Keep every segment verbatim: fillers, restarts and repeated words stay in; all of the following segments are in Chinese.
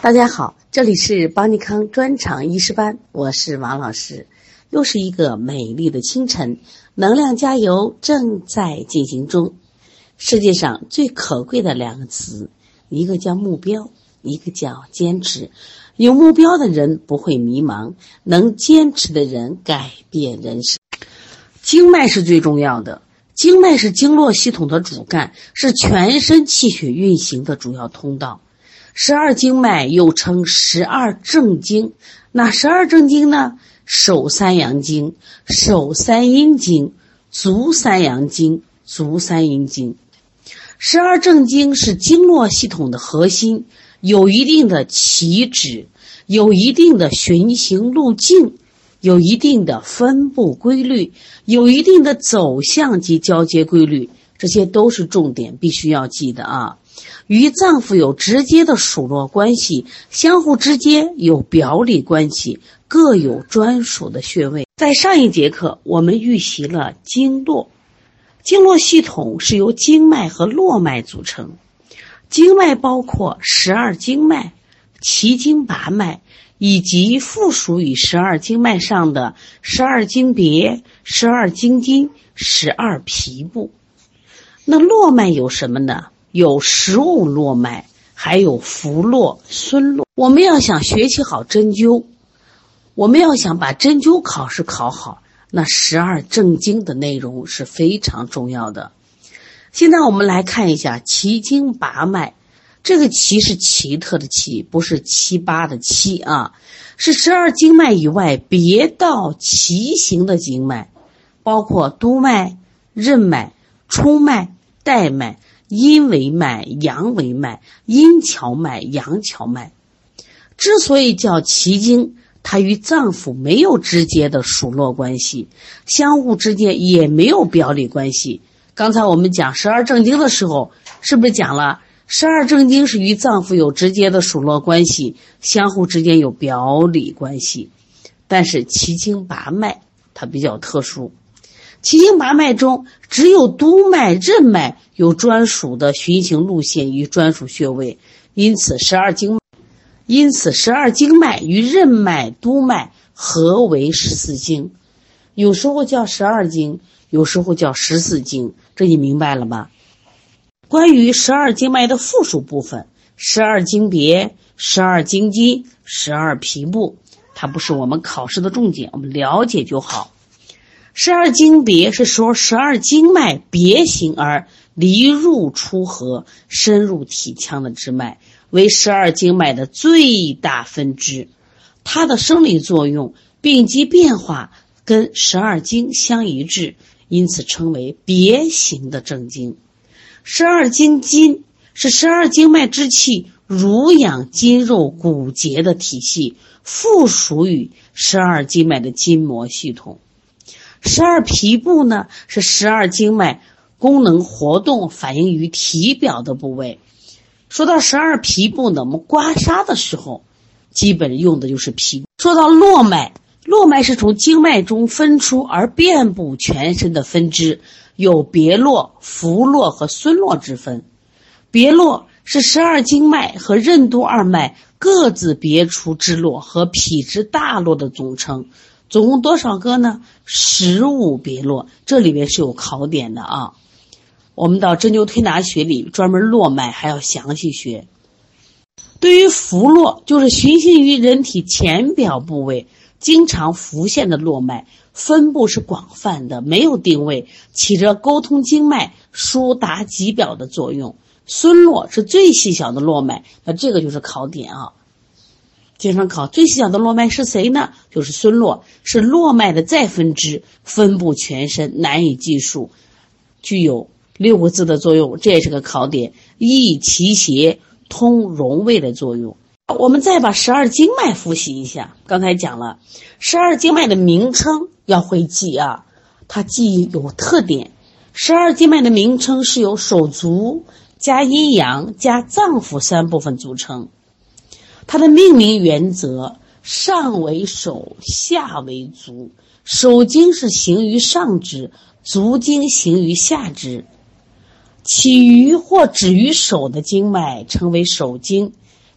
大家好，这里是邦尼康专场医师班，我是王老师。又是一个美丽的清晨，能量加油正在进行中。世界上最可贵的两个词，一个叫目标，一个叫坚持。有目标的人不会迷茫，能坚持的人改变人生。经脉是最重要的，经脉是经络系统的主干，是全身气血运行的主要通道。十二经脉又称十二正经，那十二正经呢？手三阳经、手三阴经、足三阳经、足三阴经。十二正经是经络系统的核心，有一定的起止，有一定的循行路径，有一定的分布规律，有一定的走向及交接规律，这些都是重点，必须要记得啊。与脏腑有直接的属络关系，相互之间有表里关系，各有专属的穴位。在上一节课我们预习了经络，经络系统是由经脉和络脉组成。经脉包括十二经脉、奇经八脉，以及附属于十二经脉上的十二经别、十二经筋、十二皮部。那络脉有什么呢？有食物络脉，还有浮络、孙络。我们要想学习好针灸，我们要想把针灸考试考好，那十二正经的内容是非常重要的。现在我们来看一下奇经八脉，这个奇是奇特的奇，不是七八的七啊，是十二经脉以外别道奇行的经脉，包括督脉、任脉、冲脉、带脉、阴维脉、阳维脉、阴跷脉、阳跷脉。之所以叫奇经，它与脏腑没有直接的属络关系，相互之间也没有表里关系。刚才我们讲十二正经的时候，是不是讲了十二正经是与脏腑有直接的属络关系，相互之间有表里关系？但是奇经八脉它比较特殊，奇经八脉中只有督脉、任脉有专属的循行路线与专属穴位，因此十二经因此十二经脉与任脉、督脉合为十四经，有时候叫十二经，有时候叫十四经，这你明白了吧？关于十二经脉的附属部分，十二经别、十二经筋、十二皮部，它不是我们考试的重点，我们了解就好。十二经别是说十二经脉别行而离入出合，深入体腔的支脉，为十二经脉的最大分支。它的生理作用、病机变化跟十二经相一致，因此称为别行的正经。十二经筋是十二经脉之气濡养筋肉骨节的体系，附属于十二经脉的筋膜系统。十二皮部呢，是十二经脉功能活动反映于体表的部位。说到十二皮部呢，我们刮痧的时候基本用的就是皮部。说到络脉，络脉是从经脉中分出而遍布全身的分支，有别络、浮络和孙络之分。别络是十二经脉和任督二脉各自别出之络和脾之大络的总称，总共多少个呢？十五别络，这里面是有考点的啊。我们到针灸推拿学里专门络脉还要详细学。对于浮络，就是循行于人体前表部位经常浮现的络脉，分布是广泛的，没有定位，起着沟通经脉、疏达脊表的作用。孙络是最细小的络脉，那这个就是考点啊。经常考最细小的络脉是谁呢？就是孙络，是络脉的再分支，分布全身，难以计数，具有六个字的作用，这也是个考点，益气血、通荣卫的作用。我们再把十二经脉复习一下，刚才讲了十二经脉的名称要会记啊，它记有特点。十二经脉的名称是由手足加阴阳加脏腑三部分组成。它的命名原则，上为手，下为足。手经是行于上肢，足经行于下肢。起于或止于手的经脉称为手经，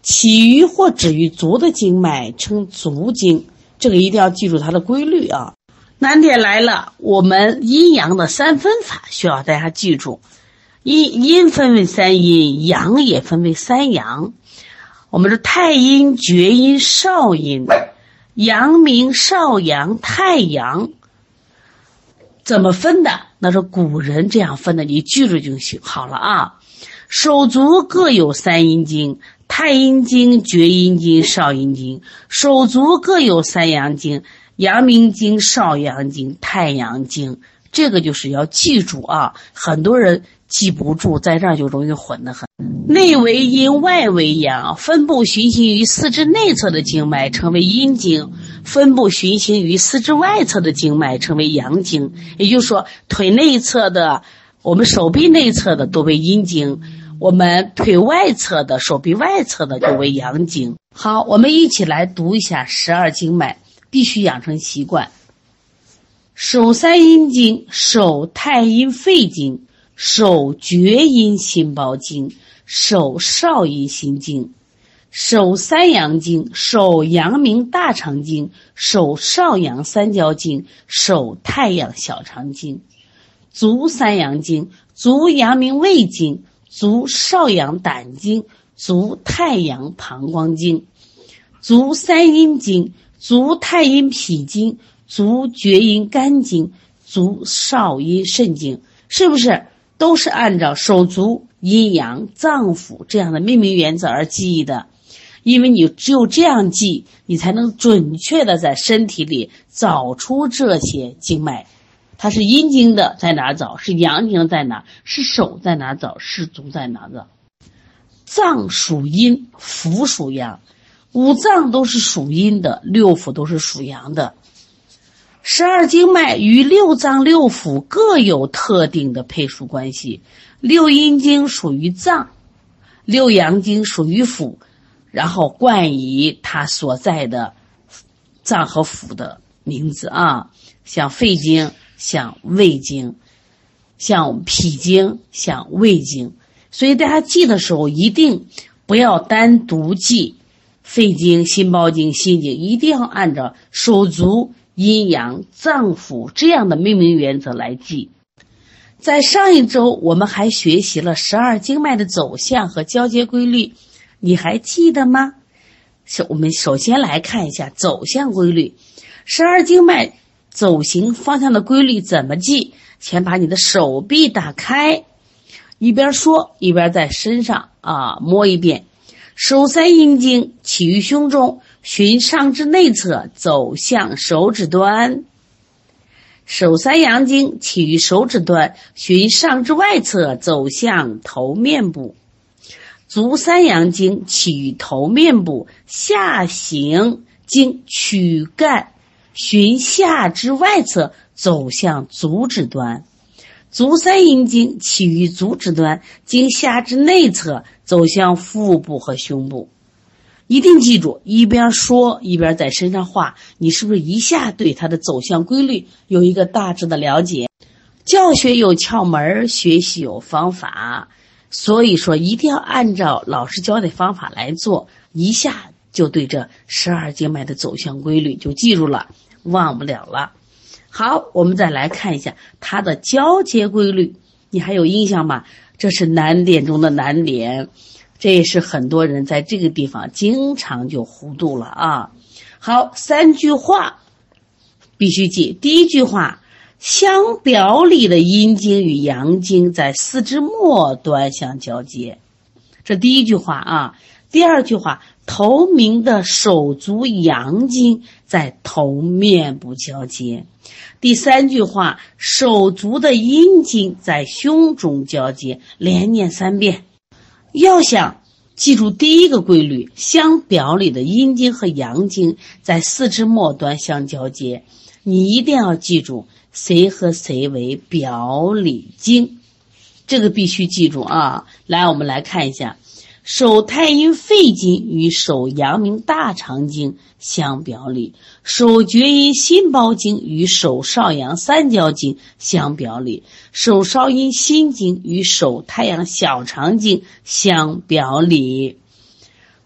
起于或止于足的经脉称足经，这个一定要记住它的规律啊。难点来了，我们阴阳的三分法需要大家记住。阴阴分为三阴，阳也分为三阳。我们的太阴、厥阴、少阴，阳明、少阳、太阳，怎么分的？那是古人这样分的，你记住就行好了啊。手足各有三阴经，太阴经、厥阴经、少阴经；手足各有三阳经，阳明经、少阳经、太阳经。这个就是要记住啊，很多人记不住，在这儿就容易混得很。内为阴，外为阳，分布循行于四肢内侧的经脉称为阴经，分布循行于四肢外侧的经脉称为阳经。也就是说，腿内侧的，我们手臂内侧的都为阴经，我们腿外侧的、手臂外侧的就为阳经。好，我们一起来读一下十二经脉，必须养成习惯。手三阴经，手太阴肺经，手厥阴心包经，手少阴心经；手三阳经，手阳明大肠经，手少阳三焦经，手太阳小肠经；足三阳经，足阳明胃经，足少阳胆经，足太阳膀胱经；足三阴经，足太阴脾经，足厥阴肝经，足少阴肾经。是不是都是按照手足、阴阳、脏腑这样的命名原则而记忆的？因为你只有这样记，你才能准确的在身体里找出这些经脉。它是阴经的在哪找，是阳经在哪，是手在哪找，是足在哪找。脏属阴，腑属阳，五脏都是属阴的，六腑都是属阳的。十二经脉与六脏六腑各有特定的配属关系，六阴经属于脏，六阳经属于腑，然后冠以它所在的脏和腑的名字啊，像肺经，像胃经，像脾经，像胃经。所以大家记的时候一定不要单独记肺经、心包经、心经，一定要按照手足、阴阳、脏腑这样的命名原则来记。在上一周我们还学习了十二经脉的走向和交接规律，你还记得吗？我们首先来看一下走向规律。十二经脉走行方向的规律怎么记？先把你的手臂打开，一边说一边在身上啊摸一遍。手三阴经起于胸中，循上肢内侧走向手指端；手三阳经起于手指端，循上肢外侧走向头面部；足三阳经起于头面部，下行经躯干，循下肢外侧走向足趾端；足三阴经起于足趾端，经下肢内侧走向腹部和胸部。一定记住，一边说一边在身上画，你是不是一下对它的走向规律有一个大致的了解？教学有窍门，学习有方法，所以说一定要按照老师教的方法来做，一下就对这十二经脉的走向规律就记住了，忘不了了。好，我们再来看一下它的交接规律，你还有印象吗？这是难点中的难点，这也是很多人在这个地方经常就糊涂了啊。好，三句话必须记。第一句话，相表里的阴经与阳经在四肢末端相交接，这第一句话啊。第二句话，头名的手足阳经在头面部交接。第三句话，手足的阴经在胸中交接，连念三遍。要想记住第一个规律，相表里的阴经和阳经在四肢末端相交接，你一定要记住谁和谁为表里经，这个必须记住啊。来，我们来看一下，手太阴肺经与手阳明大肠经相表里，手厥阴心包经与手少阳三焦经相表里，手少阴心经与手太阳小肠经相表里。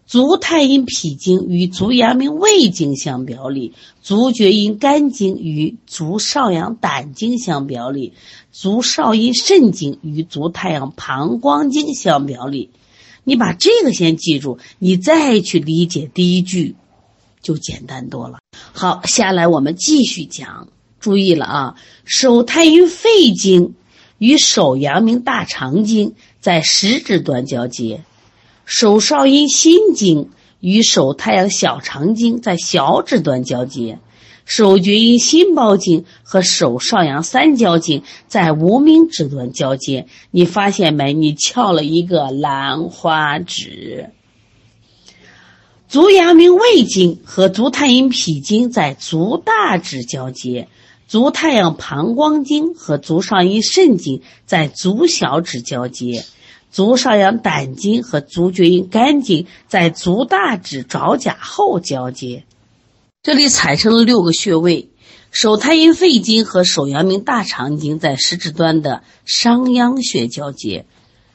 足太阴脾经与足阳明胃经相表里，足厥阴肝经与足少阳胆经相表里，足少阴肾经与足太阳膀胱经相表里。你把这个先记住，你再去理解第一句就简单多了。好，下来我们继续讲，注意了啊，手太阴肺经与手阳明大肠经在食指端交接，手少阴心经与手太阳小肠经在小指端交接，手厥阴心包经和手少阳三焦经在无名指端交接。你发现没？你翘了一个兰花指。足阳明胃经和足太阴脾经在足大指交接，足太阳膀胱经和足少阴肾经在足小指交接，足少阳胆经和足厥阴肝经在足大指爪甲后交接。这里产生了六个穴位，手太阴肺经和手阳明大肠经在食指端的商鞅穴交接，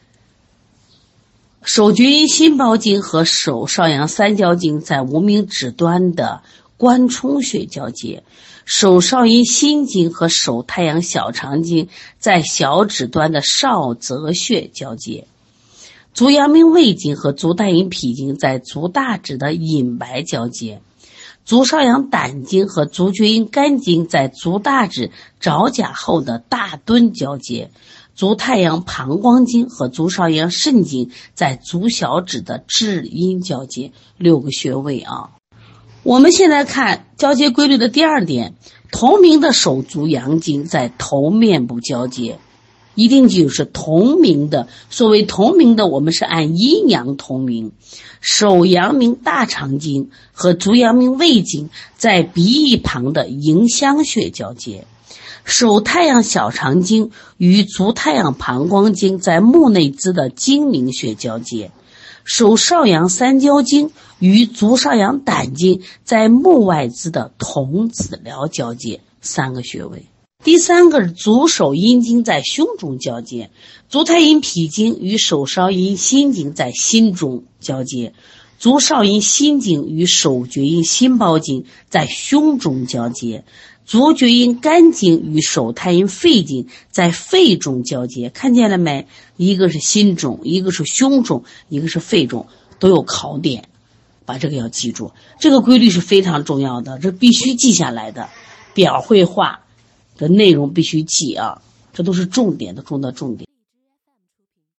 手厥阴心包经和手少阳三焦经在无名指端的关冲穴交接，手少阴心经和手太阳小肠经在小指端的少泽穴交接，足阳明胃经和足太阴脾经在足大指的隐白交接，足少阳胆经和足厥阴肝经在足大指爪甲后的大敦交接，足太阳膀胱经和足少阳肾经在足小指的至阴交接。六个穴位啊。我们现在看交接规律的第二点，同名的手足阳经在头面部交接，一定记住是同名的。所谓同名的，我们是按阴阳同名。手阳明大肠经和足阳明胃经在鼻翼旁的迎香穴交接，手太阳小肠经与足太阳膀胱经在目内眦的睛明穴交接，手少阳三焦经与足少阳胆经在目外眦的童子髎交接。三个穴位。第三个是足手阴经在胸中交接，足太阴脾经与手少阴心经在心中交接，足少阴心经与手厥阴心包经在胸中交接，足厥阴肝经与手太阴肺经在肺中交接。看见了没？一个是心中，一个是胸中，一个是肺中，都有考点，把这个要记住。这个规律是非常重要的，这必须记下来的，表会画的内容必须记啊，这都是重点的中的重点。